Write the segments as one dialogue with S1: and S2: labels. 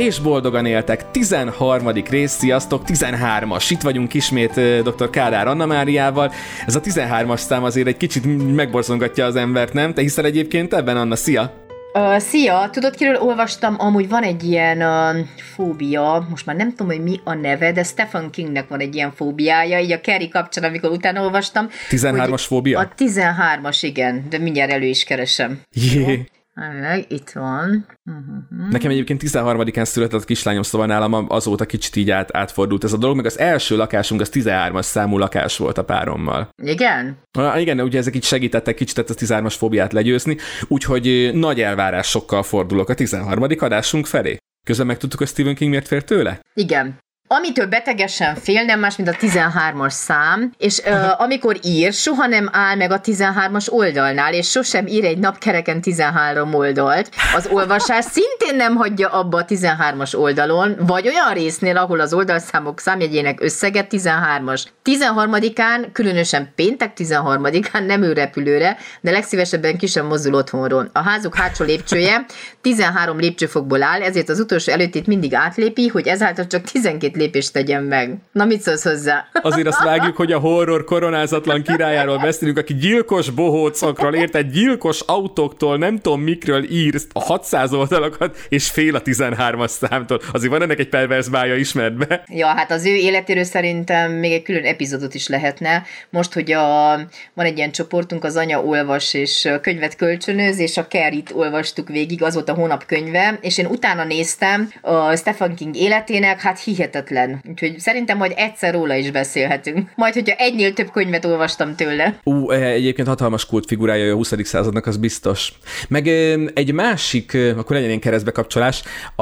S1: és boldogan éltek. 13. rész, sziasztok, 13-as. Itt vagyunk ismét dr. Kádár Anna Máriával. Ez a 13-as szám azért egy kicsit megborzongatja az embert, nem? Te hiszel egyébként ebben, Anna? Szia!
S2: Szia! Tudod, kiről olvastam? Amúgy van egy ilyen fóbia, most már nem tudom, hogy mi a neve, de Stephen Kingnek van egy ilyen fóbiája, így a Carrie kapcsán, amikor utána olvastam.
S1: 13-as fóbia?
S2: A 13-as, igen, de mindjárt elő is keresem.
S1: Jé!
S2: Itt van.
S1: Nekem egyébként 13-án született a kislányom, szóval nálam azóta kicsit így átfordult ez a dolog, meg az első lakásunk az 13-as számú lakás volt a párommal.
S2: Igen?
S1: Igen, ugye ezek így segítettek kicsit ezt a 13-as fóbiát legyőzni, úgyhogy nagy elvárásokkal fordulok a 13. adásunk felé. Közben megtudtuk, hogy Stephen King miért fél tőle?
S2: Igen. Amitől betegesen fél, nem más, mint a 13-as szám, és amikor ír, soha nem áll meg a 13-as oldalnál, és sosem ír egy napkereken 13 oldalt. Az olvasás szintén nem hagyja abba a 13-as oldalon, vagy olyan résznél, ahol az oldalszámok számjegyének összege 13-as. 13-án, különösen péntek 13-án nem ül repülőre, de legszívesebben ki sem mozdul otthonról. A házuk hátsó lépcsője 13 lépcsőfokból áll, ezért az utolsó előttét mindig átlépi, hogy ezáltal csak 12 lépést tegyen meg. Na, mit szólsz hozzá?
S1: Azért azt vágjuk, hogy a horror koronázatlan királyáról beszélünk, aki gyilkos bohócokról, érted, gyilkos autóktól, nem tudom mikről írsz a 600 oldalakat, és fél a 13-as számtól. Azért van ennek egy pervers bája, ismerd be.
S2: Ja, hát az ő életéről szerintem még egy külön epizódot is lehetne. Most, hogy van egy ilyen csoportunk, az anya olvas és könyvet kölcsönöz, és a Carrie-t olvastuk végig, az volt a hónap könyve, és én utána néztem a Stephen King életének, hát hihetetlen. Úgyhogy szerintem majd egyszer róla is beszélhetünk. Majd, hogyha egynél több könyvet olvastam tőle.
S1: Egyébként hatalmas kultfigurája a 20. századnak, az biztos. Meg egy másik, akkor legyen ilyen keresztbekapcsolás,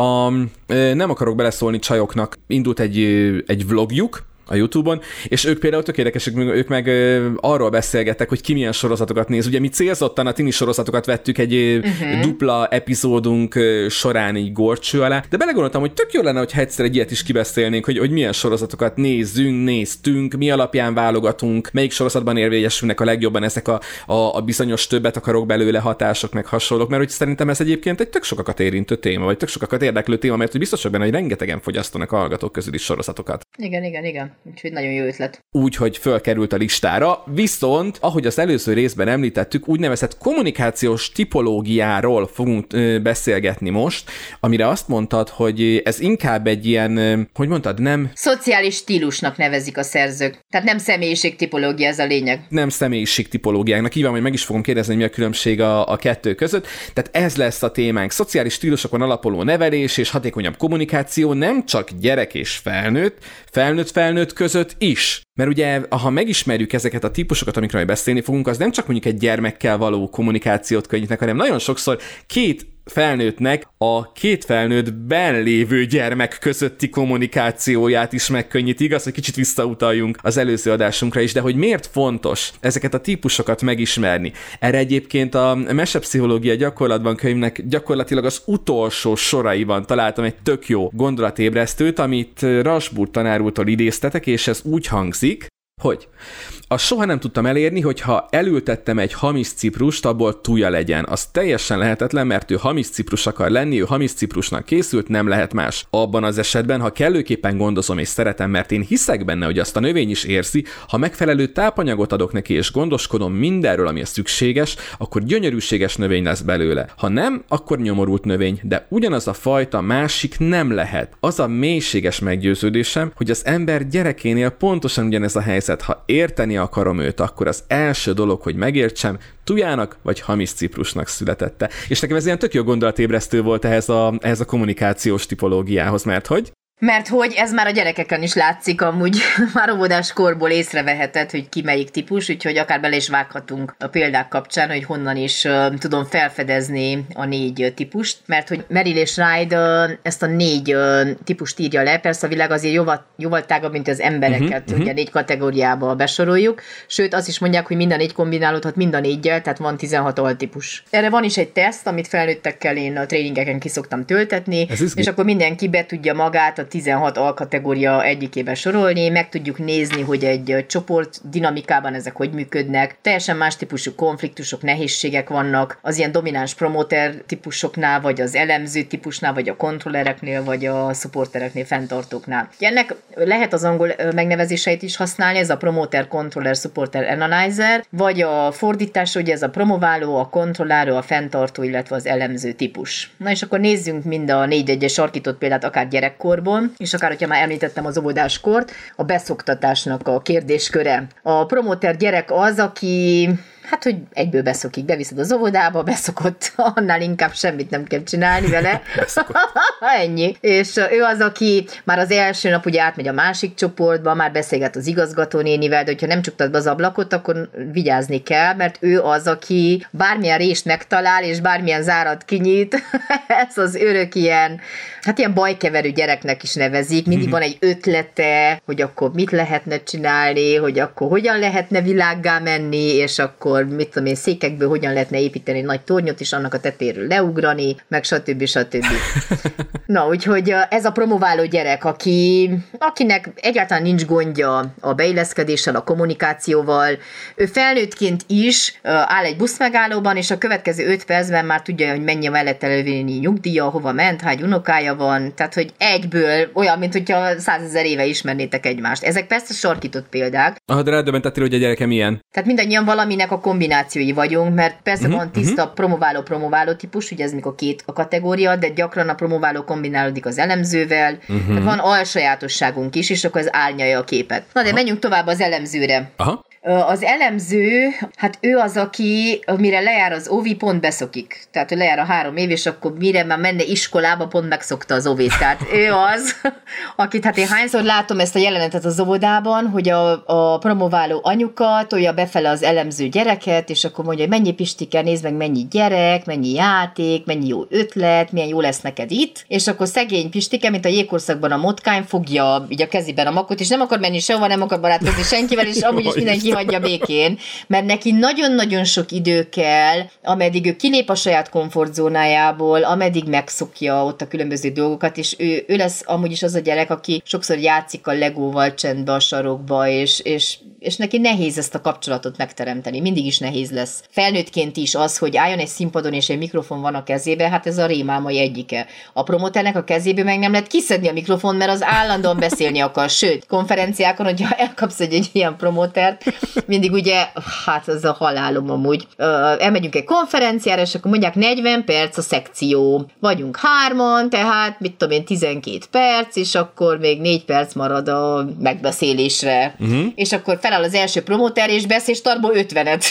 S1: nem akarok beleszólni csajoknak, indult egy vlogjuk a YouTube-on, és ők például tök érdekesek, ők meg arról beszélgettek, hogy ki milyen sorozatokat néz. Ugye mi célzottan a tini sorozatokat vettük egy dupla epizódunk során így górcső alá, de belegondoltam, hogy tök jó lenne, hogy egyszer egy ilyet is kibeszélnénk, hogy milyen sorozatokat néztünk, mi alapján válogatunk, melyik sorozatban érvényesülnek a legjobban ezek a bizonyos többet akarok belőle hatások, meg hasonlók, mert hogy szerintem ez egyébként egy tök sokakat érintő téma, vagy tök sokakat érdeklő téma, mert hogy biztos vagyok benne, hogy rengetegen fogyasztanak a hallgatók közül is sorozatokat.
S2: Igen. Úgyhogy nagyon jó ötlet.
S1: Úgyhogy fölkerült a listára, viszont, ahogy az előző részben említettük, úgynevezett kommunikációs tipológiáról fogunk beszélgetni most, amire azt mondtad, hogy ez inkább egy ilyen, hogy mondtad, nem...
S2: Szociális stílusnak nevezik a szerzők. Tehát nem személyiségtipológia, ez a lényeg.
S1: Nem személyiségtipológiáknak. Így van, hogy meg is fogom kérdezni, hogy mi a különbség a kettő között. Tehát ez lesz a témánk. Szociális stílusokon alapuló nevelés és hatékonyabb kommunikáció nem csak gyerek és felnőtt között is. Mert ugye, ha megismerjük ezeket a típusokat, amikről beszélni fogunk, az nem csak mondjuk egy gyermekkel való kommunikációt könnyítnek, hanem nagyon sokszor két felnőttnek a két felnőttben lévő gyermek közötti kommunikációját is megkönnyíti. Igaz, hogy kicsit visszautaljunk az előző adásunkra is, de hogy miért fontos ezeket a típusokat megismerni? Erre egyébként a Mesepszichológia gyakorlatban könyvnek gyakorlatilag az utolsó soraiban találtam egy tök jó gondolatébresztőt, amit Rasbur tanár úrtól idéztetek, és ez úgy hangzik, hogy azt soha nem tudtam elérni, hogy ha elültettem egy hamis ciprust, abból tuja legyen. Az teljesen lehetetlen, mert ő hamis ciprus akar lenni, ő hamis ciprusnak készült, nem lehet más. Abban az esetben, ha kellőképpen gondozom és szeretem, mert én hiszek benne, hogy azt a növény is érzi, ha megfelelő tápanyagot adok neki és gondoskodom mindenről, ami szükséges, akkor gyönyörűséges növény lesz belőle. Ha nem, akkor nyomorult növény, de ugyanaz a fajta másik nem lehet. Az a mélységes meggyőződésem, hogy az ember gyerekénél pontosan ugyanez a helyzet. Ha érteni akarom őt, akkor az első dolog, hogy megértsem, tujának vagy hamis ciprusnak születette. És nekem ez ilyen tök jó gondolatébresztő volt ehhez a kommunikációs tipológiához, mert hogy?
S2: Mert hogy ez már a gyerekeken is látszik, amúgy már óvodás korból észreveheted, hogy ki melyik típus, úgyhogy akár bele is vághatunk a példák kapcsán, hogy honnan is tudom felfedezni a 4 típust, mert hogy Merrill és Ride ezt a 4 típust írja le, persze a világ azért jóval tágabb, mint az embereket, ugye 4 kategóriába besoroljuk, sőt azt is mondják, hogy mind a 4 kombinálódhat mind a 4-jel, tehát van 16 altípus. Erre van is egy teszt, amit felnőttekkel én a tréningeken ki szoktam töltetni, és akkor mindenki be tudja magát a a 16 alkategória egyikébe sorolni, meg tudjuk nézni, hogy egy csoport dinamikában ezek hogy működnek. Teljesen más típusú konfliktusok, nehézségek vannak az ilyen domináns promóter típusoknál, vagy az elemző típusnál, vagy a kontrollereknél, vagy a supportereknél, fenntartóknál. Ennek lehet az angol megnevezéseit is használni, ez a promoter, controller, supporter, analyzer, vagy a fordítás, ugye ez a promováló, a kontrolláló, a fenntartó, illetve az elemző típus. Na és akkor nézzünk mind a 4-1-es sarkított példát, akár gyerekkorból, és akár, hogyha már említettem az óvodáskort, a beszoktatásnak a kérdésköre. A promoter gyerek az, aki hát, hogy egyből beszokik, beviszed az óvodába, beszokott, annál inkább semmit nem kell csinálni vele. Ennyi. És ő az, aki már az első nap ugye átmegy a másik csoportba, már beszélget az igazgatónénivel, de hogyha nem csuktad be az ablakot, akkor vigyázni kell, mert ő az, aki bármilyen rést megtalál, és bármilyen zárat kinyit. Ez az örök ilyen, hát ilyen bajkeverő gyereknek is nevezik. Mindig van egy ötlete, hogy akkor mit lehetne csinálni, hogy akkor hogyan lehetne világgá menni, és akkor mit tudom én, székekből hogyan lehetne építeni egy nagy tornyot, és annak a tetejéről leugrani, meg stb. Na, úgyhogy ez a promováló gyerek, akinek egyáltalán nincs gondja a beilleszkedéssel, a kommunikációval, ő felnőttként is áll egy buszmegállóban, és a következő 5 percben már tudja, hogy mennyi mellett elővinni nyugdíja, hova ment, hány unokája van, tehát, hogy egyből olyan, mint hogyha 100 000 éve ismernétek egymást. Ezek persze sarkított példák.
S1: De rádöbbentettél, hogy a gyerekem ilyen.
S2: Tehát mindannyian valaminek a kombinációi vagyunk, mert persze van tiszta promováló típus, ugye ez mikor 2 a kategória, de gyakran a promováló kombinálódik az elemzővel, tehát van alsajátosságunk is, és akkor ez árnyalja a képet. Na de menjünk tovább az elemzőre.
S1: Aha.
S2: Az elemző, hát ő az, aki mire lejár az óvi, pont beszokik. Tehát, hogy lejár a 3 év, és akkor mire már menne iskolába, pont megszokta az óvét. Tehát ő az, akit hát én hányszor látom ezt a jelenetet az óvodában, hogy a promováló anyuka tolja befele az elemző gyereket, és akkor mondja, hogy mennyi Pistike, nézd meg, mennyi gyerek, mennyi játék, mennyi jó ötlet, milyen jó lesz neked itt, és akkor szegény Pistike, mint a jégkorszakban a motkány, fogja így a kezében a makot, és nem akar menni sehova, nem akar barátkozni senkivel, és amúgy is mindenki hagyja békén, mert neki nagyon-nagyon sok idő kell, ameddig ő kilép a saját komfortzónájából, ameddig megszokja ott a különböző dolgokat, és ő lesz amúgy is az a gyerek, aki sokszor játszik a legóval csendbe a sarokba, és neki nehéz ezt a kapcsolatot megteremteni. Mindig is nehéz lesz. Felnőttként is az, hogy álljon egy színpadon, és egy mikrofon van a kezébe, hát ez a rémálmai egyike. A promoternek a kezéből meg nem lehet kiszedni a mikrofon, mert az állandóan beszélni akar. Sőt, konferenciákon, hogyha elkapsz egy ilyen promotert, mindig ugye, hát ez a halálom amúgy. Elmegyünk egy konferenciára, és akkor mondják 40 perc a szekció. Vagyunk 3-an, tehát mit tudom én, 12 perc, és akkor még 4 perc marad a megbeszélésre. És akkor feláll az első promoter, és beszél startból 50-et.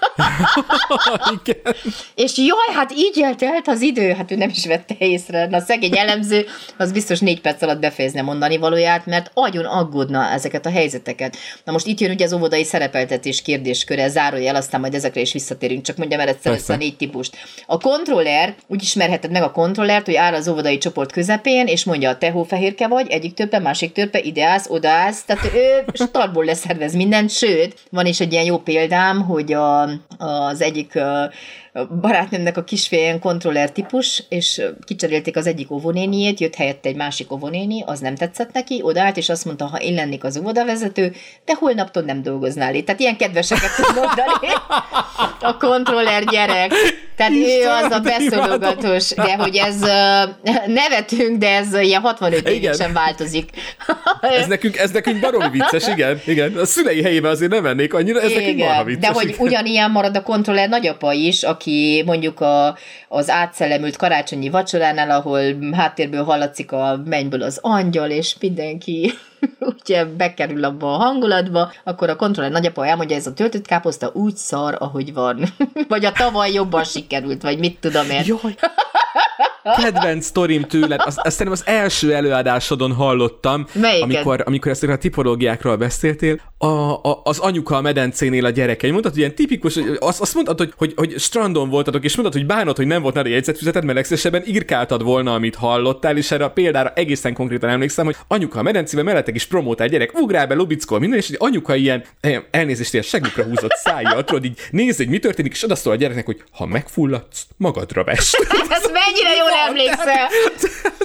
S2: És jaj, hát így eltelt az idő, hát ő nem is vette észre. Na, szegény elemző, az biztos 4 perc alatt befejezne mondani valóját, mert agyon aggódna ezeket a helyzeteket. Na most itt jön ugye az óvodai szerepeltetés kérdésköre, zárójel, aztán majd ezekre is visszatérünk, csak mondjam el egyszer ezt a 4 típust. A kontroller, úgy ismerheted meg a kontrollert, hogy áll az óvodai csoport közepén, és mondja, te hófehérke vagy, egyik törpe, másik törpe, ide állsz, oda állsz, tehát ő startból leszervez mindent, sőt, van is egy ilyen jó példám, hogy az egyik barátnőmnek a kisfia ilyen kontroller típus, és kicserélték az egyik óvonéniét, jött helyette egy másik óvonéni, az nem tetszett neki, odaállt, és azt mondta, ha én lennék az óvodavezető, de holnaptól nem dolgoznál itt. Tehát ilyen kedveseket tud mondani a kontroller gyerek. Tehát ő az a beszólogatós, de hogy ez nevetünk, de ez ilyen 65 évig sem változik.
S1: ez nekünk baromi vicces, igen. A szülei helyében azért nem mennék annyira, ez nekünk marha vicces.
S2: De hogy ugyanilyen marad a kontroller nagyapa is, aki mondjuk az átszellemült karácsonyi vacsoránál, ahol háttérből hallatszik a mennyből az angyal, és mindenki ugye bekerül abba a hangulatba, akkor a kontroller nagyapa elmondja, ez a töltött káposzta úgy szar, ahogy van. Vagy a tavaly jobban sikerült, vagy mit tudom én.
S1: Jaj. Kedvenc sztorim tőled, azt szerintem az első előadásodon hallottam, amikor ezekről a tipológiákról beszéltél, az anyuka a medencénél a gyerekei. Mondtad, hogy ilyen tipikus, azt mondtad, hogy strandon voltatok, és mondtad, hogy bánod, hogy nem volt nála jegyzetfüzeted, mert legszívesebben írkáltad volna, amit hallottál, és erre a példára egészen konkrétan emlékszem, hogy anyuka a medencében mellettek is promótál gyerek, ugrál be, lubickol minden, és egy anyuka ilyen elnézést, ilyen segükre húzott szájjal, tudod, így nézd, hogy mi történik, és odaszól a gyereknek, hogy ha megfulladsz, magadra vess.
S2: Ez mennyire jól emlékszel.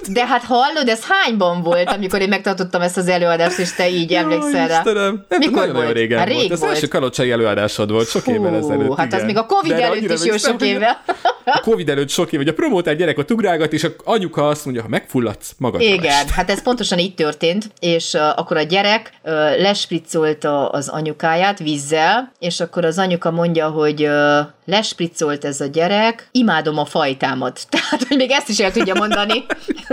S2: De hát hallod, ez hányban volt, amikor én megtartottam ezt az előadást, és te így emlékszel rá?
S1: Mikor volt? Régen volt. Az első kalocsai előadásod volt sok évvel ezelőtt.
S2: Hát igen. Az még a Covid előtt is jó sok évvel.
S1: A Covid előtt sok év, hogy a promóter gyerek ott ugrálgat, és a anyuka azt mondja, ha megfulladsz, magadra.
S2: Igen, hát ez pontosan így történt, és akkor a gyerek lespriccolta az anyukáját vízzel, és akkor az anyuka mondja, hogy lespriccolt ez a gyerek, imádom a fajtámat. Tehát, hogy még ezt is el tudja mondani.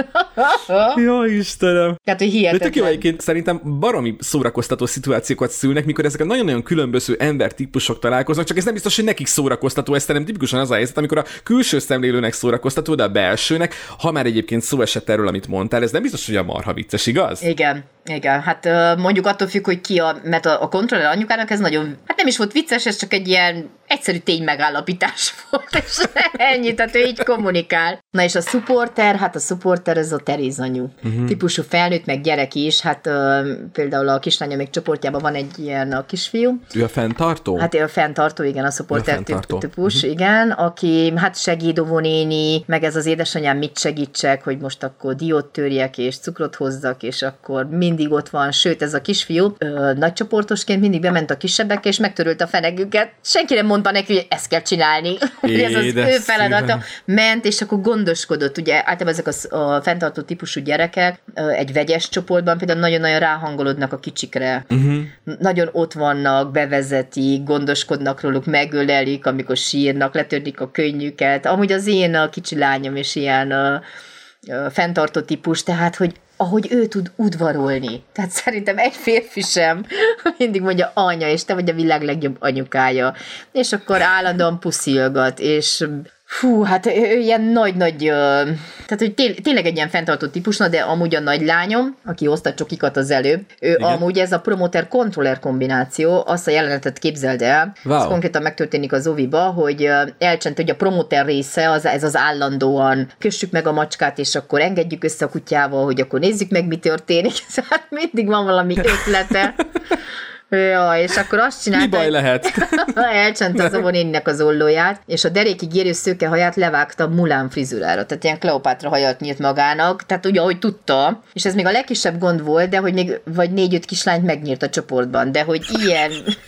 S1: Ja, Istenem.
S2: Tehát, hogy hihetetlen.
S1: De tök jó, egyébként szerintem baromi szórakoztató szituációkat szülnek, mikor ezek a nagyon-nagyon különböző embertípusok találkoznak, csak ez nem biztos, hogy nekik szórakoztató, ez nem tipikusan az a helyzet, amikor a külső szemlélőnek szórakoztató, de a belsőnek, ha már egyébként szó esett erről, amit mondtál, ez nem biztos, hogy a marha vicces, igaz?
S2: Igen, hát mondjuk attól függ, hogy ki mert a kontroller anyukának ez nagyon, hát nem is volt vicces, ez csak egy ilyen egyszerű tény megállapítás volt, és ennyi, tehát ő így kommunikál. Na és a supporter, hát a supporter ez a Teréz anyu. Típusú felnőtt, meg gyerek is, hát például a kislányom még csoportjában van egy ilyen a kisfiú.
S1: Ő a fenntartó?
S2: Hát ő a fenntartó, igen, a supporter típus, igen, aki hát segédovó néni, meg ez az édesanyám mit segítsek, hogy most akkor diót törjek, és cukrot hozzak, és akkor mindig ott van, sőt ez a kisfiú nagy csoportosként mindig bement a kisebbekkel, és megtörölte a fenegüket. Senki nem mondta neki, hogy ezt kell csinálni. Ez az ő feladata. Ment, és akkor gondoskodott. Ugye általában ezek a fenntartó típusú gyerekek egy vegyes csoportban például nagyon-nagyon ráhangolódnak a kicsikre. Nagyon ott vannak, bevezetik, gondoskodnak róluk, megölelik, amikor sírnak, letörlik a könnyüket. Amúgy az én a kicsi lányom is ilyen fenntartó típus, tehát, hogy ahogy ő tud udvarolni. Tehát szerintem egy férfi sem mindig mondja anya, és te vagy a világ legjobb anyukája. És akkor állandóan puszilgat, és hát ő ilyen nagy-nagy, tehát hogy tényleg egy ilyen fenntartó típusna, de amúgy a nagylányom, aki hozta a csokikat az előbb, ő amúgy ez a promoter-kontroller kombináció, azt a jelenetet képzeld el, ez konkrétan megtörténik az oviba, hogy elcsent, hogy a promoter része, ez az állandóan kössük meg a macskát, és akkor engedjük össze a kutyával, hogy akkor nézzük meg, mi történik. Hát mindig van valami ötlete. Ja, és akkor azt csinálta,
S1: mi baj lehet?
S2: Elcsent az óvonéninek az ollóját, és a derékig érő szőke haját levágta Mulán frizurára, tehát ilyen Kleopátra hajat nyílt magának, tehát ugye, ahogy tudta, és ez még a legkisebb gond volt, de hogy még vagy 4-5 kislányt megnyírt a csoportban, de hogy ilyen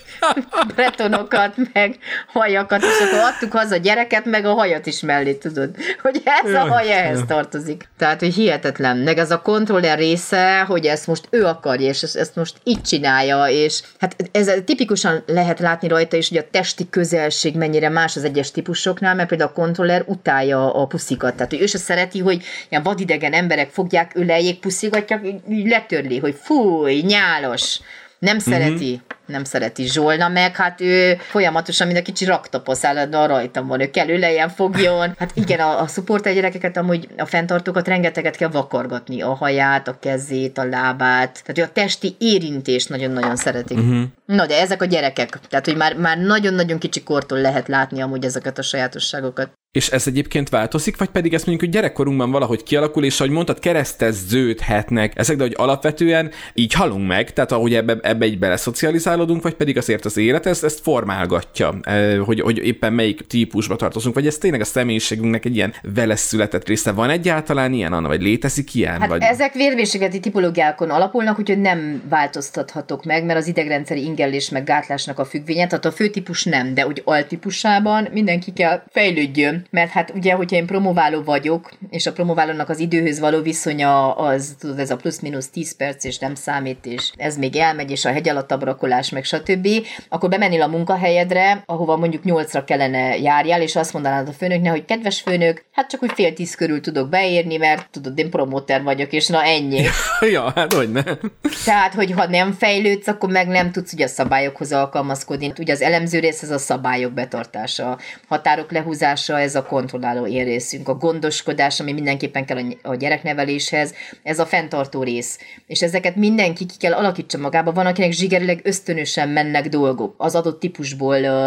S2: bretonokat, meg hajakat, és akkor adtuk haza a gyereket, meg a hajat is mellé, tudod, hogy ez a haj ehhez tartozik. Tehát, hogy hihetetlen. Meg ez a kontroller része, hogy ezt most ő akarja, és ezt most így csinálja, és hát ez tipikusan lehet látni rajta is, hogy a testi közelség mennyire más az egyes típusoknál, mert például a kontroller utálja a puszikat. Tehát, hogy ő se szereti, hogy ilyen vadidegen emberek fogják, öleljék, puszigatják, így letörli, hogy fúj, nyálos. Nem szereti. Nem szereti. Zsolna meg, hát ő folyamatosan, mint a kicsi raktapasz állandóan rajtam van. Ő kell öleljen, fogjon. Hát igen, a supporter gyerekeket, amúgy a fenntartókat rengeteget kell vakargatni. A haját, a kezét, a lábát. Tehát a testi érintést nagyon-nagyon szeretik. Na, de ezek a gyerekek. Tehát, hogy már nagyon-nagyon kicsi kortól lehet látni amúgy ezeket a sajátosságokat.
S1: És ez egyébként változik, vagy pedig ezt mondjuk, hogy gyerekkorunkban valahogy kialakul, és ahogy mondtad, kereszteződhetnek ezek, de hogy alapvetően így halunk meg, tehát ahogy ebbe így beleszocializálódunk, vagy pedig azért az élet ezt formálgatja, hogy éppen melyik típusba tartozunk, vagy ez tényleg a személyiségünknek egy ilyen vele született része. Van egyáltalán ilyen, Anna, vagy létezik ilyen?
S2: Hát
S1: vagy...
S2: ezek vérvérségeti tipológiákon alapulnak, úgyhogy nem változtathatok meg, mert az idegrendszeri ingellés meg gátlásnak a függvénye, tehát a főtípus nem, de úgy altípusában mindenki kell fejlődjön. Mert hát ugye, hogyha én promováló vagyok, és a promoválónak az időhöz való viszonya az, tudod, ez a plusz-minusz 10 perc, és nem számít, és ez még elmegy, és a hegy alatt abrakolás, meg stb., akkor bemennél a munkahelyedre, ahova mondjuk 8-ra kellene járjál, és azt mondanád a főnöknek, hogy kedves főnök, hát csak úgy 9:30 körül tudok beérni, mert tudod, én promóter vagyok, és na ennyi.
S1: Ja, hát hogy nem.
S2: Tehát, hogy ha nem fejlődsz, akkor meg nem tudsz ugye a szabályokhoz alkalmazkodni. Ugye az elemző rész, ez a szabályok betartása, határok lehúzása, ez a kontrolláló én részünk, a gondoskodás, ami mindenképpen kell a gyerekneveléshez, ez a fenntartó rész. És ezeket mindenki ki kell alakítsa magába. Van, akinek zsigerileg ösztönösen mennek dolgok az adott típusból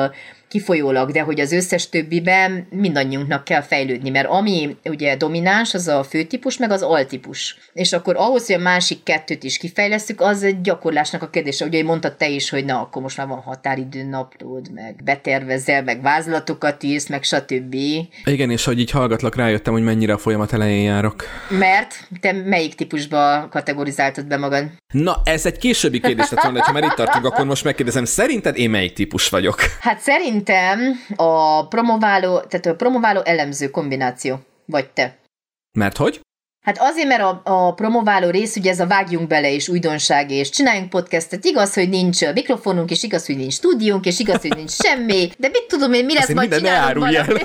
S2: kifolyólag, de hogy az összes többiben mindannyiunknak kell fejlődni, mert ami ugye domináns, az a főtípus, meg az altípus. És akkor ahhoz, hogy a másik kettőt is kifejlesztjük, az egy gyakorlásnak a kérdése. Ugye mondtad te is, hogy na, akkor most már van határidő naplód, meg betervezel, meg vázlatokat írsz, meg stb.
S1: Igen, és hogy így hallgatlak, rájöttem, hogy mennyire a folyamat elején járok.
S2: Mert te melyik típusba kategorizáltad be magad?
S1: Na, ez egy későbbi kérdés lett volna, ha már itt tartunk, akkor most megkérdezem, szerinted én melyik típus vagyok?
S2: Hát szerintem a promováló elemző kombináció vagy te.
S1: Mert hogy?
S2: Hát azért, mert a promováló rész, ugye ez a vágjunk bele, és újdonság, és csináljunk podcastet, igaz, hogy nincs mikrofonunk, és igaz, hogy nincs stúdiónk, és igaz, hogy nincs semmi, de mit tudom én, mi lesz, majd csinálunk valami.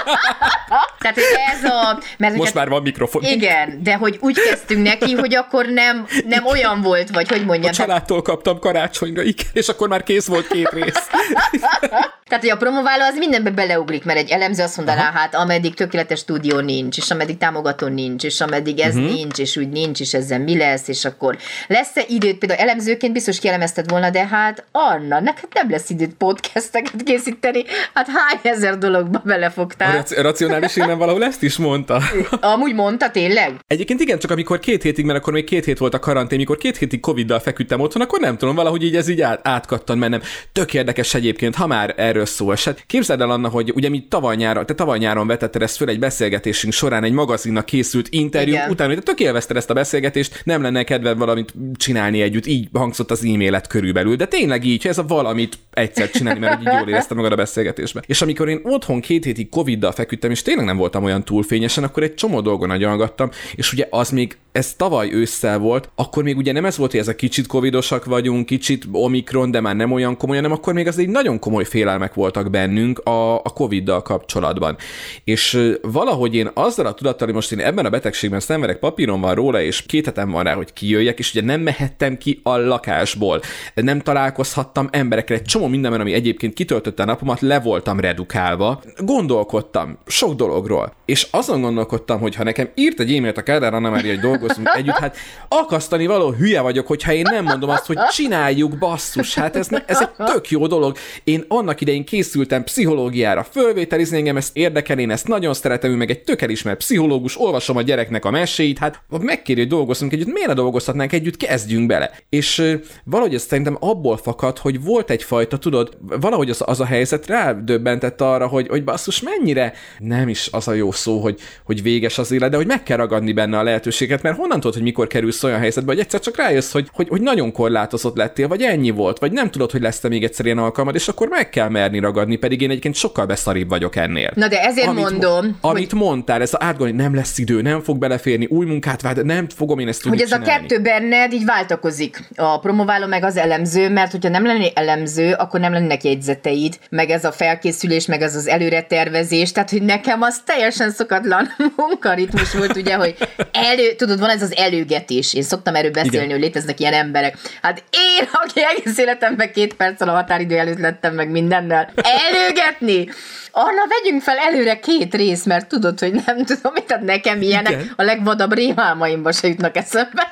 S2: Tehát ez a... Mert
S1: most már van mikrofon.
S2: Igen, de hogy úgy kezdtünk neki, hogy akkor nem olyan volt, vagy hogy mondjam.
S1: A családtól kaptam karácsonyra, és akkor már kész volt 2 rész.
S2: Tehát, hogy a promováló az mindenbe beleugrik, mert egy elemző azt mondaná, hát ameddig tökéletes stúdió nincs, és ameddig támogató nincs, és ameddig ez nincs, és úgy nincs, és ezzel mi lesz, és akkor lesz-e időt, például elemzőként biztos kielemezted volna, de hát Anna, neked nem lesz időt podcasteket készíteni, hát hány ezer dologba belefogtál.
S1: A racionális innen valahol ezt is mondta.
S2: Amúgy mondta, tényleg?
S1: Egyébként igen, csak amikor 2 hétig, mert akkor még 2 hét volt a karantén, mikor 2 hétig Covid-dal feküdtem otthon, akkor nem tudom, valahogy így ez így átkattan mennem. Tök érdekes egyébként, ha már erről szó esett. Képzeld el, Anna, hogy ugye mi tavaly nyáron vetetted ezt föl egy beszélgetésünk során, egy magazinnak készült interjú, utána, hogy tök élvezted ezt a beszélgetést, nem lenne kedved valamit csinálni együtt, így hangzott az e-mailet körülbelül, de tényleg így, hogy ez a valamit egyszer csinálni, mert így jól éreztem magad a beszélgetésben. És amikor én otthon 2 hétig Covid-dal feküdtem, és tényleg nem voltam olyan túlfényesen, akkor egy csomó dolgon agyalgattam, és ugye az még, ez tavaly ősszel volt, akkor még ugye nem ez volt, hogy ez a kicsit covidosak vagyunk, kicsit omikron, de már nem olyan komolyan, nem, akkor még az egy nagyon komoly félelmek voltak bennünk a Covid-dal kapcsolatban. És valahogy én azzal a tudattal, hogy most én ebben a betegségben szenvedek, papíron van róla, és 2 hetem van rá, hogy kijöjjek, és ugye nem mehettem ki a lakásból. Nem találkozhattam emberekkel, egy csomó mindenben, ami egyébként kitöltötte a napomat, le voltam redukálva. Gondolkodtam sok dologról, és azon gondolkodtam, hogy ha nekem írt egy e-mailt a Kádár Anna Mária, hogy dolgozunk együtt, hát akasztani való hülye vagyok, hogyha én nem mondom azt, hogy csináljuk, basszus, hát ez egy tök jó dolog. Én annak idején készültem pszichológiára fölvételizni, engem ezt érdekel, én ezt nagyon szeretem, ő meg egy tök elismert pszichológus, olvasom a gyereknek a meséit, hát megkéri, hogy dolgozzunk együtt, miért ne dolgozhatnánk együtt, kezdjünk bele. És valahogy ez szerintem abból fakad, hogy volt egyfajta, tudod, valahogy az a helyzet rádöbbentett arra, hogy basszus, mennyire nem is az a jó szó, hogy véges az élet, de hogy meg kell ragadni benne a lehetőséget, mert honnan tudod, hogy mikor kerülsz olyan helyzetbe, hogy egyszer csak rájössz, hogy nagyon korlátozott lettél, vagy ennyi volt, vagy nem tudod, hogy lesz-e még egyszer ilyen alkalmad, és akkor meg kell merni ragadni, pedig én egyébként sokkal beszaribb vagyok ennél.
S2: Na de ezért
S1: amit mondtál, ez átgondolni, nem lesz idő, nem fog beleférni, új munkát vált, nem fogom én ezt tudni
S2: hogy ez csinálni. A kettő benned így váltakozik, a promováló meg az elemző, mert hogyha nem lennél elemző, akkor nem lennének jegyzeteid, meg ez a felkészülés, meg ez az előretervezés, tehát hogy nekem az teljesen szokatlan munkaritmus volt, ugye, hogy tudod, van ez az előgetés, én szoktam erről beszélni, hogy léteznek ilyen emberek. Hát én, aki egész életemben 2 perccel a határidő előtt lettem meg mindennel, előgetni! Anna, vegyünk fel előre 2 rész, mert tudod, hogy nem tudom, tehát nekem ilyenek, igen. A legvadabb rémálmaimba se jutnak eszembe.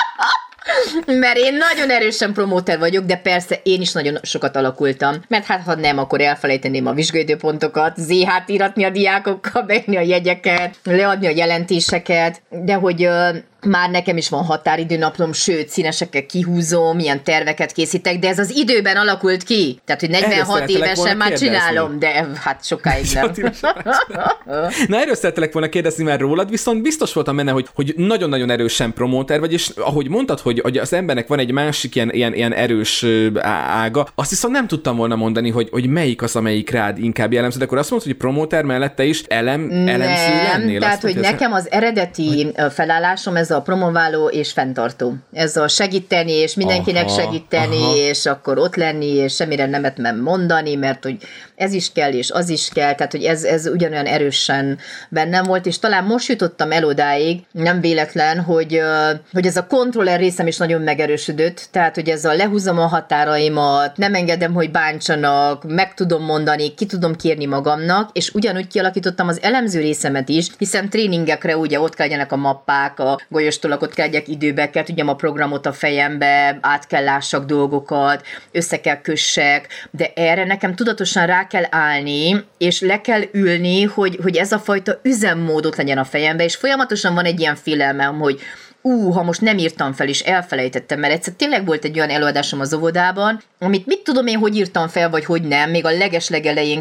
S2: Mert én nagyon erősen promóter vagyok, de persze én is nagyon sokat alakultam, mert hát ha nem, akkor elfelejteném a vizsgaidőpontokat, ZH-t íratni a diákokkal, beírni a jegyeket, leadni a jelentéseket, de hogy már nekem is van határidőnaplom, sőt, színesekkel kihúzom, ilyen terveket készítek, de ez az időben alakult ki. Tehát, hogy 46 évesen már csinálom, de hát sokáig nem.
S1: Na, erről szeretelek volna kérdezni már rólad, viszont biztos voltam benne, hogy nagyon-nagyon erősen promóter vagy, és ahogy mondtad, hogy az embernek van egy másik ilyen erős ága, azt viszont nem tudtam volna mondani, hogy melyik az, amelyik rád inkább jellemző, de akkor azt mondod, hogy promóter mellette is elemző lennél?
S2: Tehát, hogy nekem az eredeti felállásom, ez a promováló és fenntartó. Ez a segíteni, és mindenkinek segíteni, és akkor ott lenni, és semmire nemet nem mondani, mert hogy ez is kell, és az is kell, tehát hogy ez ugyanolyan erősen bennem volt, és talán most jutottam el odáig, nem véletlen, hogy ez a kontroller részem is nagyon megerősödött, tehát hogy ez a lehúzom a határaimat, nem engedem, hogy bántsanak, meg tudom mondani, ki tudom kérni magamnak, és ugyanúgy kialakítottam az elemző részemet is, hiszen tréningekre ugye ott kell legyenek a mappák, a golyóstolakot kelljek időbe, kell tudjam a programot a fejembe, át kell lássak dolgokat, össze kell kössek, de erre nekem tudatosan rá kell állni, és le kell ülni, hogy ez a fajta üzemmódot legyen a fejembe, és folyamatosan van egy ilyen félelmem, hogy ha most nem írtam fel, és elfelejtettem, mert egyszer tényleg volt egy olyan előadásom az óvodában, amit mit tudom én, hogy írtam fel, vagy hogy nem, még a legeslegelején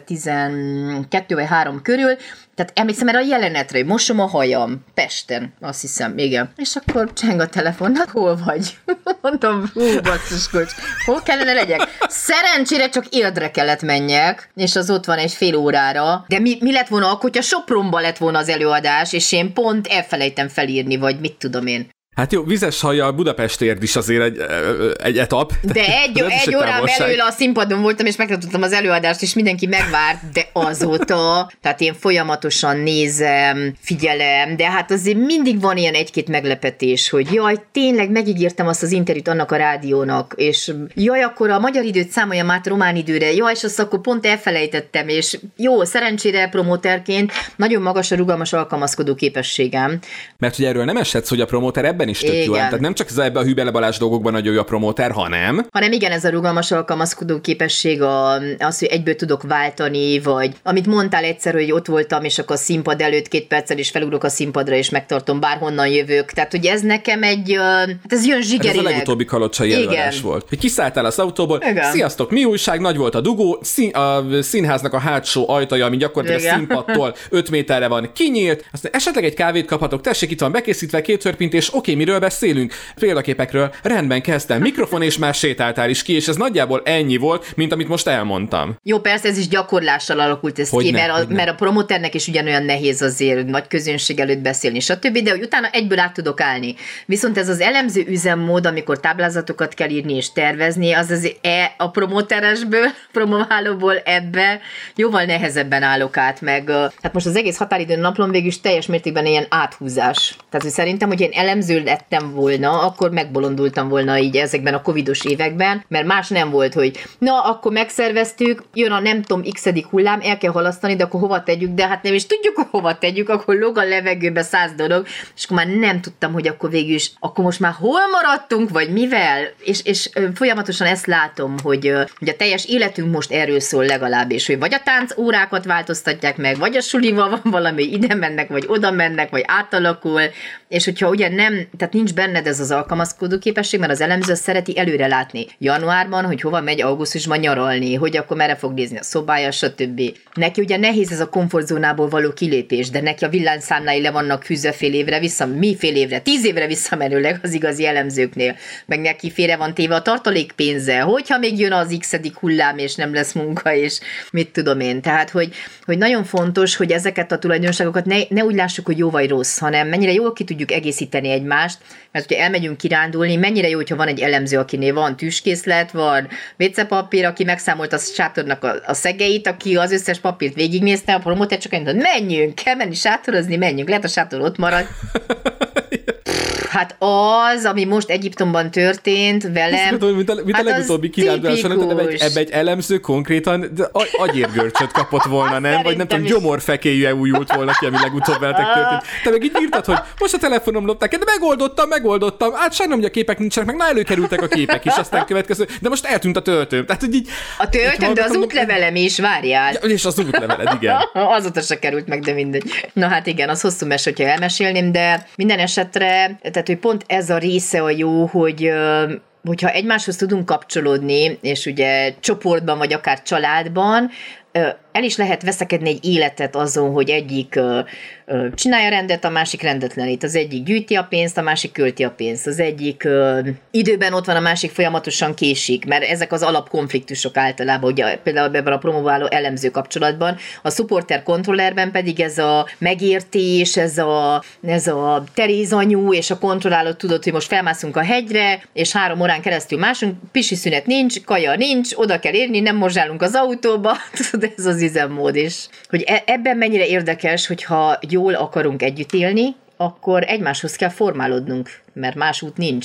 S2: 2012 vagy 3 körül, tehát emlékszem erre a jelenetre, hogy mosom a hajam, Pesten, azt hiszem, igen. És akkor cseng a telefon, hát hol vagy? Mondtam, basszus, hol kellene legyek? Szerencsére csak Érdre kellett menjek, és az ott van egy fél órára. De mi lett volna akkor, hogyha Sopronban lett volna az előadás, és én pont elfelejtem felírni, vagy mit tudom én.
S1: Hát jó, vizes hajjal Budapestért is azért egy etap.
S2: De egy órán belül a színpadon voltam, és megtartottam az előadást, és mindenki megvárt, de azóta, tehát én folyamatosan nézem, figyelem, de hát azért mindig van ilyen egy-két meglepetés, hogy jaj, tényleg megígértem azt az interjút annak a rádiónak, és jaj, akkor a magyar időt számoljam át román időre, jaj, és azt akkor pont elfelejtettem, és jó, szerencsére promóterként nagyon magas a rugalmas alkalmazkodó képességem.
S1: Mert hogy erről nem eshetsz, hogy a promóter ebben is tök jó. Tehát nem csak ebben a Hübele Balázs dolgokban nagyon jó a promóter, hanem
S2: igen, ez a rugalmas alkalmazkodó képesség, az, hogy egyből tudok váltani, vagy amit mondtál egyszer, hogy ott voltam, és akkor a színpad előtt 2 perccel is felugrok a színpadra, és megtartom, bárhonnan jövök. Tehát, hogy ez nekem ez jön zsigerileg.
S1: Ez a legutóbbi kalocsai előadás volt. Hogy kiszálltál az autóból, igen. Sziasztok, mi újság, nagy volt a dugó, a színháznak a hátsó ajtaja, ami gyakorlatilag a színpadtól 5 méterre van, kinyílt, aztán esetleg egy kávét kaphatok, tessék, itt van bekészítve 2 törpintés, oké, miről beszélünk? Példaképekről. Rendben, kezdtem. Mikrofon, és már sétáltál is ki, és ez nagyjából ennyi volt, mint amit most elmondtam.
S2: Jó, persze ez is gyakorlással alakult ez ki, mert a promóternek is ugyanolyan nehéz azért nagy közönség előtt beszélni, stb., de hogy utána egyből át tudok állni. Viszont ez az elemző üzemmód, amikor táblázatokat kell írni és tervezni, az azért a promóteresből, promoválóból ebbe jóval nehezebben állok át, meg hát most az egész határidőn naplom végül is teljes mértékben ilyen áthúzás. Tehát, hogy szerintem, hogy én elemző lettem volna, akkor megbolondultam volna így ezekben a covidos években, mert más nem volt, hogy na, akkor megszerveztük, jön a nem tudom x-edik hullám, el kell halasztani, de akkor hova tegyük, de hát nem is tudjuk, hogy hova tegyük, akkor lóg a levegőbe 100 dolog, és akkor már nem tudtam, hogy akkor végül is, akkor most már hol maradtunk, vagy mivel, és folyamatosan ezt látom, hogy a teljes életünk most erről szól legalábbis, hogy vagy a tánc órákat változtatják meg, vagy a sulival van valami, ide mennek, vagy oda mennek, vagy átalakul, és hogyha ugye nem, tehát nincs benned ez az alkalmazkodó képesség, mert az elemző szereti előre látni. Januárban, hogy hova megy augusztusban nyaralni, hogy akkor merre fog nézni a szobája, stb. Neki ugye nehéz ez a komfortzónából való kilépés, de neki a villanyszámlái le vannak fűzve fél évre vissza, mi fél évre, 10 évre visszamenőleg az igazi elemzőknél, meg neki félre van téve a tartalékpénze, hogyha még jön az x-edik hullám, és nem lesz munka, és mit tudom én. Tehát, hogy nagyon fontos, hogy ezeket a tulajdonságokat ne úgy lássuk, hogy jó vagy rossz, hanem mennyire jól ki tudjuk egészíteni egymást, mert hogyha elmegyünk kirándulni, mennyire jó, hogyha van egy elemző, akinél van tűzkészlet, van WC-papír, aki megszámolt a sátornak a szegeit, aki az összes papírt végignézte, a promóter csak mondta, menjünk, kell menni sátorozni, menjünk, lehet a sátor ott marad. Hát az, ami most Egyiptomban történt velem,
S1: mint a legutóbbi kiránduláson, ebbe egy elemző konkrétan agyérgörcsöt kapott volna, nem? Vagy nem tudom, gyomorfekélyű újult volna ki, ami legutóbb veletek történt. Te meg így írtad, hogy most a telefonom lopták, de megoldottam, hát sajnálom, hogy a képek nincsenek, meg előkerültek a képek is, aztán következő, de most eltűnt a töltőm. Tehát, hogy így,
S2: a töltőm, de az útlevelem is, várjál.
S1: Ja, és az útleveled, igen.
S2: Azóta se került meg, de mindegy. Na hát igen, az hosszú mes, hogyha elmesélném, de minden esetre, tehát hogy pont ez a része a jó, hogyha egymáshoz tudunk kapcsolódni, és ugye csoportban, vagy akár családban, el is lehet veszekedni egy életet azon, hogy egyik csinálja rendet, a másik rendetlenít. Az egyik gyűjti a pénzt, a másik költi a pénzt. Az egyik időben ott van, a másik folyamatosan késik, mert ezek az alapkonfliktusok általában, ugye például ebben a promováló elemző kapcsolatban. A supporter-kontrollerben pedig ez a megértés, ez a terézanyú, és a kontrolláló tudod, hogy most felmászunk a hegyre, és 3 órán keresztül másunk, pisi szünet nincs, kaja nincs, oda kell érni, nem morzsálunk az autóba, tudod, ez az üzemmód is. Hogy ebben mennyire érdekes, hogyha jól akarunk együtt élni, akkor egymáshoz kell formálódnunk, mert más út nincs.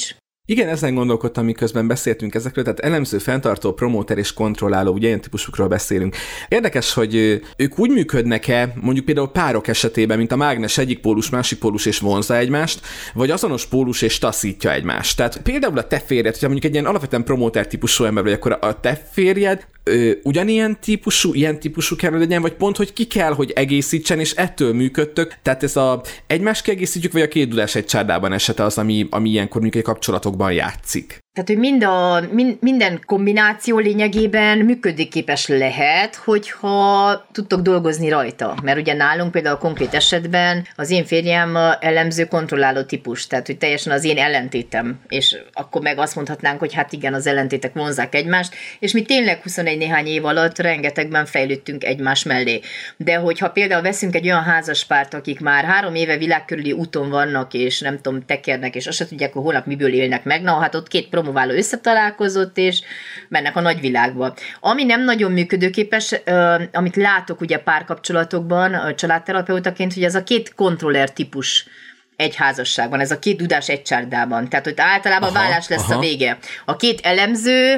S1: Igen, ezen gondolkodtam, miközben beszéltünk ezekről, tehát elemző, fenntartó, promóter és kontrolláló, ugye ilyen típusokról beszélünk. Érdekes, hogy ők úgy működnek-e, mondjuk például párok esetében, mint a mágnes egyik pólus, másik pólus és vonzza egymást, vagy azonos pólus és taszítja egymást. Tehát például a te férjed, hogyha mondjuk egy ilyen alapvetően promóter típusú ember vagy, akkor a te férjed ugyanilyen típusú kell, hogy legyen, vagy pont, hogy ki kell, hogy egészítsen, és ettől működtök. Tehát ez a egymást kiegészítjük, vagy a két dudás egy csárdában esete az, ami ilyenkor mondjuk egy kapcsolatokban játszik.
S2: Tehát, hogy minden kombináció lényegében működőképes lehet, hogyha tudtok dolgozni rajta. Mert ugye nálunk például a konkrét esetben az én férjem elemző kontrolláló típus, tehát hogy teljesen az én ellentétem, és akkor meg azt mondhatnánk, hogy hát igen, az ellentétek vonzzák egymást, és mi tényleg 21 néhány év alatt rengetegben fejlődtünk egymás mellé. De hogyha például veszünk egy olyan házaspárt, akik már 3 éve világkörüli úton vannak, és nem tudom, tekernek, és azt se tudják, hogy holnap miből élnek meg, na hát ott két promováló összetalálkozott, és mennek a nagyvilágba. Ami nem nagyon működőképes, amit látok ugye párkapcsolatokban, családterapeutaként, hogy ez a két kontroller típus egy házasságban, ez a két dudás egy csárdában. Tehát, hogy általában vállás lesz a vége. A két elemző,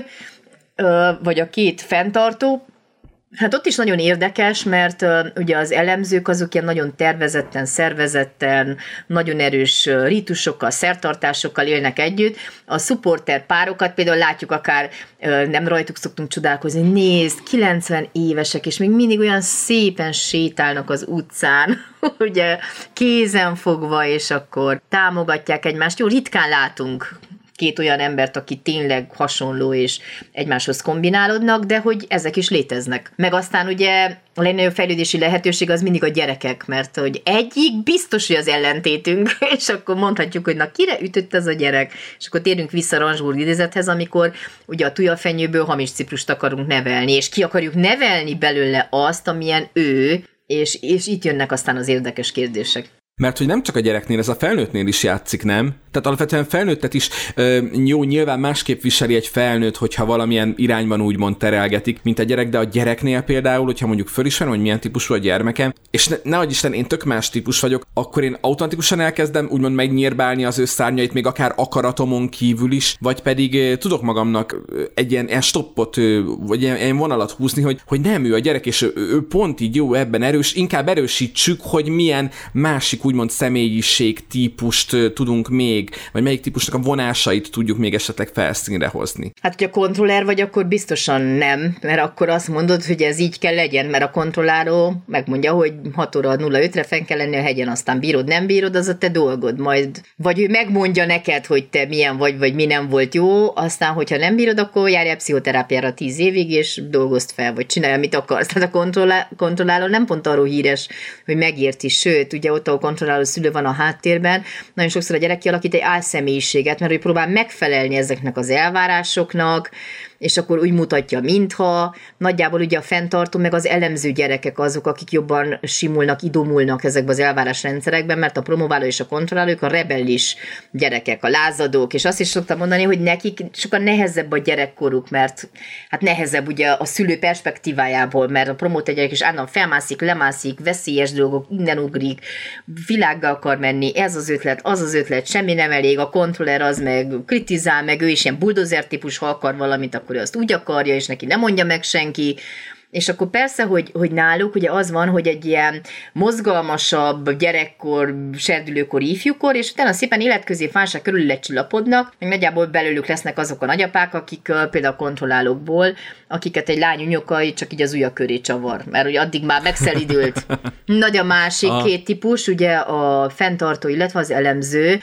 S2: vagy a két fenntartó, hát ott is nagyon érdekes, mert ugye az elemzők azok ilyen nagyon tervezetten, szervezetten, nagyon erős rítusokkal, szertartásokkal élnek együtt. A supporter párokat például látjuk akár, nem rajtuk szoktunk csodálkozni, nézd, 90 évesek, és még mindig olyan szépen sétálnak az utcán, ugye kézen fogva, és akkor támogatják egymást. Jó, ritkán látunk két olyan embert, aki tényleg hasonló és egymáshoz kombinálódnak, de hogy ezek is léteznek. Meg aztán ugye a legnagyobb fejlődési lehetőség az mindig a gyerekek, mert hogy egyik biztos, hogy az ellentétünk, és akkor mondhatjuk, hogy na kire ütött ez a gyerek, és akkor térünk vissza Ransburg idézethez, amikor ugye a tujafenyőből hamis ciprust akarunk nevelni, és ki akarjuk nevelni belőle azt, amilyen ő, és itt jönnek aztán az érdekes kérdések.
S1: Mert hogy nem csak a gyereknél, ez a felnőttnél is játszik, nem? Tehát alapvetően felnőttet is jó, nyilván másképp viseli egy felnőtt, hogyha valamilyen irányban úgymond terelgetik, mint a gyerek, de a gyereknél például, hogyha mondjuk fölismerem, hogy milyen típusú a gyermekem, és ne adj Isten, én tök más típus vagyok, akkor én automatikusan elkezdem úgymond megnyírbálni az ő szárnyait, még akár akaratomon kívül is, vagy pedig tudok magamnak egy ilyen stoppot, vagy ilyen vonalat húzni, hogy nem ő a gyerek, és ő pont így jó ebben erős, inkább erősítsük, hogy milyen másik úgymond személyiség típust tudunk még, vagy melyik típusnak a vonásait tudjuk még esetleg felszínre hozni.
S2: Hát, hogy a kontroller vagy, akkor biztosan nem, mert akkor azt mondod, hogy ez így kell legyen, mert a kontrolláló megmondja, hogy 6 óra 05-re fenn kell lenni a hegyen, aztán bírod, nem bírod, az a te dolgod, majd vagy ő megmondja neked, hogy te milyen vagy mi nem volt jó, aztán, hogyha nem bírod, akkor járjál pszichoterápiára 10 évig, és dolgozd fel, vagy csinálj, amit akarsz. Tehát a kontrolláló nem pont arról híres, hogy megérti, sőt, ugye ott a kontrolláló szülő van a háttérben, nagyon sokszor a gyerek kialakít egy álszemélyiséget, mert ő próbál megfelelni ezeknek az elvárásoknak, és akkor úgy mutatja, mintha nagyjából ugye a fenntartó, meg az elemző gyerekek azok, akik jobban simulnak, idomulnak ezekbe az elvárásrendszerekben, mert a promováló és a kontrollálók a rebellis gyerekek, a lázadók, és azt is szoktam mondani, hogy nekik sokkal nehezebb a gyerekkoruk, mert hát nehezebb ugye a szülő perspektívájából, mert a promóter gyerek is állandóan felmászik, lemászik, veszélyes dolgok, innen ugrik, világgal akar menni, ez az ötlet, az az ötlet, semmi nem elég, a kontroller az meg kritizál, meg ő is ilyen bulldozer típus, ha akar valamit, akkor ő azt úgy akarja, és neki nem mondja meg senki, és akkor persze, hogy náluk ugye az van, hogy egy ilyen mozgalmasabb gyerekkor, serdülőkor, ifjúkor, és utána szépen életközépválság körül lecsillapodnak, meg nagyjából belőlük lesznek azok a nagyapák, akik például a kontrollálókból, akiket egy lány unyokai csak így az ujja köré csavar, mert ugye addig már megszelidült. Nagy a másik két típus, ugye a fenntartó, illetve az elemző,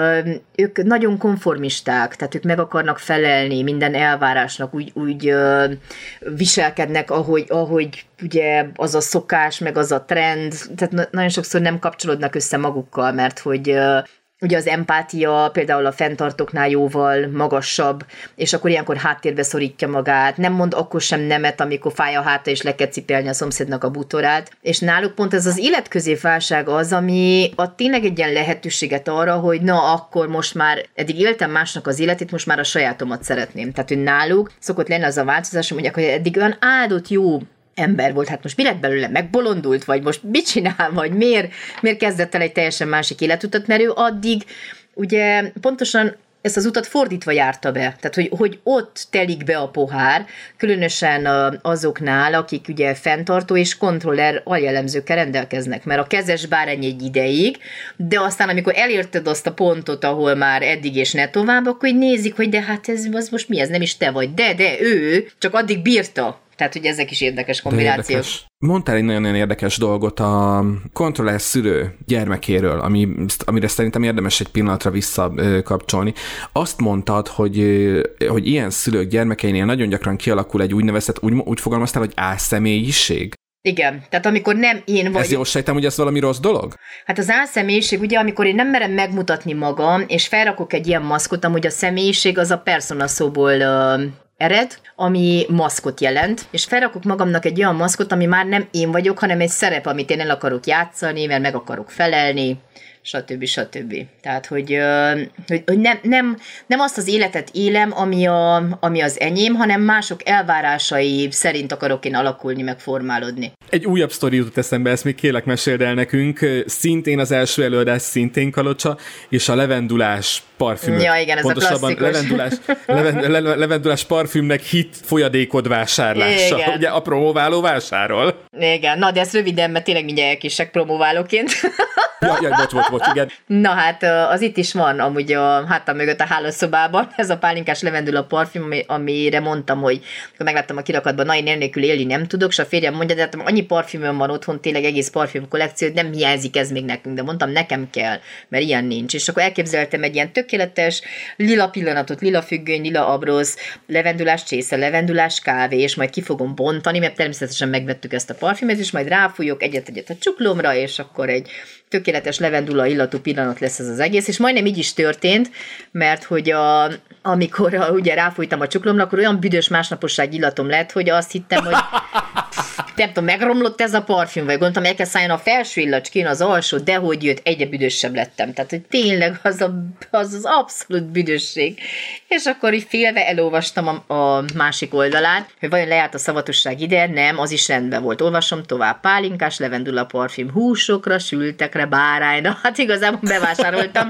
S2: ők nagyon konformisták, tehát ők meg akarnak felelni minden elvárásnak, úgy viselkednek, ahogy ugye az a szokás, meg az a trend, tehát nagyon sokszor nem kapcsolódnak össze magukkal, mert hogy ugye az empátia például a fenntartóknál jóval magasabb, és akkor ilyenkor háttérbe szorítja magát, nem mond akkor sem nemet, amikor fáj a háta, és le kell cipelni a szomszédnak a bútorát. És náluk pont ez az életközépválság az, ami ad tényleg egy ilyen lehetőséget arra, hogy na akkor most már, eddig éltem másnak az életét, most már a sajátomat szeretném. Tehát, hogy náluk szokott lenni az a változás, hogy mondják, hogy eddig olyan áldott jó ember volt, hát most mi lett belőle, megbolondult, vagy most mit csinál, vagy miért kezdett el egy teljesen másik életutat, mert ő addig ugye pontosan ezt az utat fordítva járta be. Tehát, hogy ott telik be a pohár, különösen azoknál, akik ugye fenntartó és kontroller aljellemzőkkel rendelkeznek, mert a kezes bár egy ideig, de aztán, amikor elérted azt a pontot, ahol már eddig és ne tovább, akkor így nézik, hogy de hát ez most mi, ez nem is te vagy, de ő csak addig bírta. Tehát, hogy ezek is érdekes kombinációk.
S1: Érdekes. Mondtál egy nagyon érdekes dolgot a kontroller szülő gyermekéről, amire szerintem érdemes egy pillanatra visszakapcsolni. Azt mondtad, hogy ilyen szülők gyermekeinél nagyon gyakran kialakul egy úgynevezett, úgy fogalmaztál, hogy álszemélyiség?
S2: Igen, tehát amikor nem én vagyok...
S1: Ez jól sejtem, hogy ez valami rossz dolog?
S2: Hát az álszemélyiség, ugye, amikor én nem merem megmutatni magam, és felrakok egy ilyen maszkot, amúgy a személyiség az a persona szóból ered, ami maszkot jelent, és felrakok magamnak egy olyan maszkot, ami már nem én vagyok, hanem egy szerep, amit én el akarok játszani, mert meg akarok felelni, stb. Tehát, hogy nem azt az életet élem, ami az enyém, hanem mások elvárásai szerint akarok én alakulni, meg formálódni.
S1: Egy újabb sztori jutott eszembe, ezt még kérlek meséld el nekünk. Szintén az első előadás, szintén Kalocsa, és a levendulás parfümök.
S2: Ja, igen, ez
S1: pontosabban
S2: a klasszikus.
S1: levendulás parfümnek hit folyadékod vásárlása.
S2: Igen.
S1: Ugye a promováló vásárol.
S2: Igen, na de ezt röviden, mert tényleg mindjárt elkések promoválóként.
S1: Jaj, bocs, igen.
S2: Na hát, az itt is van amúgy a hátam mögött a hálószobában, ez a pálinkás levendula parfüm, amire mondtam, hogy megláttam a kirakatban, na én nélkül élni nem tudok, és a férjem mondja, de hát annyi parfümön van otthon, tényleg egész parfüm kollekció, hogy nem hiányzik ez még nekünk, de mondtam, nekem kell, mert ilyen nincs. És akkor elképzeltem egy ilyen tökéletes lila pillanatot, lila függöny, lila abrosz, levendulás csésze, levendulás kávé, és majd ki fogom bontani, mert természetesen megvettük ezt a parfümöt, és majd ráfújok egyet a csuklomra, és akkor egy tökéletes levendula illatú pillanat lesz ez az egész, és majdnem így is történt, mert hogy amikor ugye ráfújtam a csuklomra, akkor olyan büdös másnaposság illatom lett, hogy azt hittem, hogy nem tudom, megromlott ez a parfüm, vagy gondoltam, el kell szálljon a felső illacskén, az alsó, de hogy jött, egyre büdösebb lettem. Tehát, hogy tényleg az abszolút büdösség. És akkor így félve elolvastam a másik oldalát, hogy vajon lejárt a szavatosság ide, nem, az is rendben volt. Olvasom tovább, pálinkás levendula parfüm húsokra, sültekre, bárányra. Hát igazából bevásároltam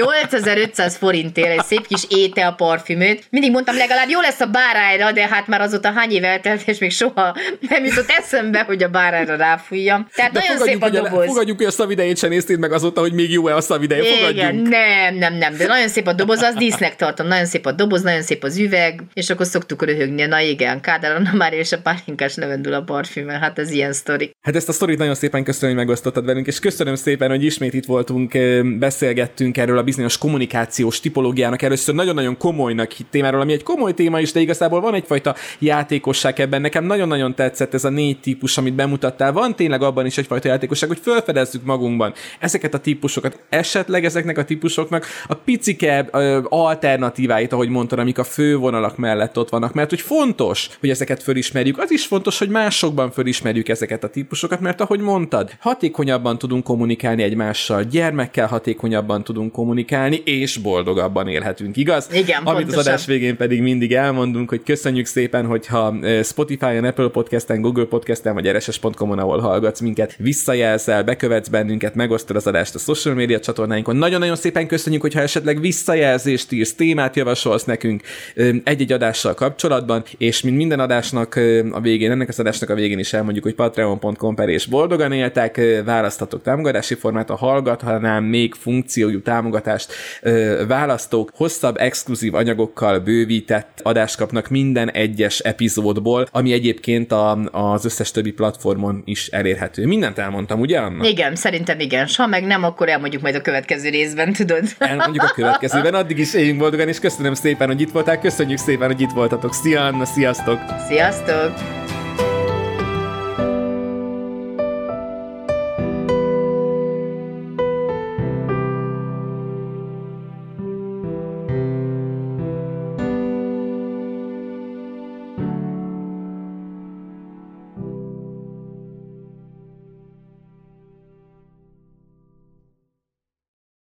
S2: 8500 forintért egy szép kis étel parfümöt. Mindig mondtam, legalább jó lesz a bárányra, de hát már azóta hány év eltelt, és még soha nem jutott eszembe, hogy a bárányra ráfújjam. Tehát de nagyon szép a doboz.
S1: Fogadjuk, hogy a szavidejét sem néztéd meg azóta, hogy még jó-e a szavideje.
S2: Igen, nem, de nagyon szép a doboz, az dísznek tartom, nagyon szép a doboz, nagyon szép az üveg, és akkor szoktuk röhögni, na igen, Kádár Anna Mária és a pálinkás levendula parfüm, hát ez ilyen sztori. Hát
S1: ezt a sztorit nagyon szépen köszönöm, hogy megosztottad velünk, és köszönöm szépen, hogy ismét itt voltunk, beszélgettünk erről a bizonyos kommunikációs tipológiának először nagyon-nagyon komolynak hit témáról, ami egy komoly téma is, de igazából van egyfajta játékosság ebben. Nekem nagyon-nagyon tetszett ez a 4 típus, amit bemutattál. Van tényleg abban is egyfajta játékosság, hogy felfedezzük magunkban ezeket a típusokat, esetleg ezeknek a típusoknak a picike alternatíváit, ahogy mondtad, amik a fővonalak mellett ott vannak, mert hogy fontos, hogy ezeket fölismerjük. Az is fontos, hogy másokban fölismerjük ezeket a típusokat, mert ahogy mondtad, hatékonyabban tudunk kommunikálni egymással, gyermekkel hatékonyabban tudunk kommunikálni, és boldogabban élhetünk, igaz?
S2: Igen,
S1: amit
S2: pontosan.
S1: Az adás végén pedig mindig elmondunk, hogy köszönjük szépen, hogyha Spotify-on, Apple Podcasten, Google Podcasten vagy rss.com-on, ahol hallgatsz minket, visszajelzel, bekövetsz bennünket, megosztod az adást a social media csatornáinkon. Nagyon-nagyon szépen köszönjük, hogyha esetleg visszajelzést írsz, témát javasolsz nekünk egy-egy adással kapcsolatban, és mint minden adásnak a végén, ennek az adásnak a végén is elmondjuk, hogy patreon.com/boldogan éltek, választhatok támogatási formát, a hallgathatnám még funkciójú támogatást választók hosszabb, exkluzív anyagokkal bővített adást kapnak minden egyes epizódból, ami egyébként az összes többi platformon is elérhető. Mindent elmondtam, ugye, Anna?
S2: Igen, szerintem igen. Ha meg nem, akkor elmondjuk majd a következő részben, tudod?
S1: Elmondjuk a következőben. Addig is éljünk boldogan, és köszönöm szépen, hogy itt voltál. Köszönjük szépen, hogy itt voltatok. Szia, Anna, sziasztok!
S2: Sziasztok!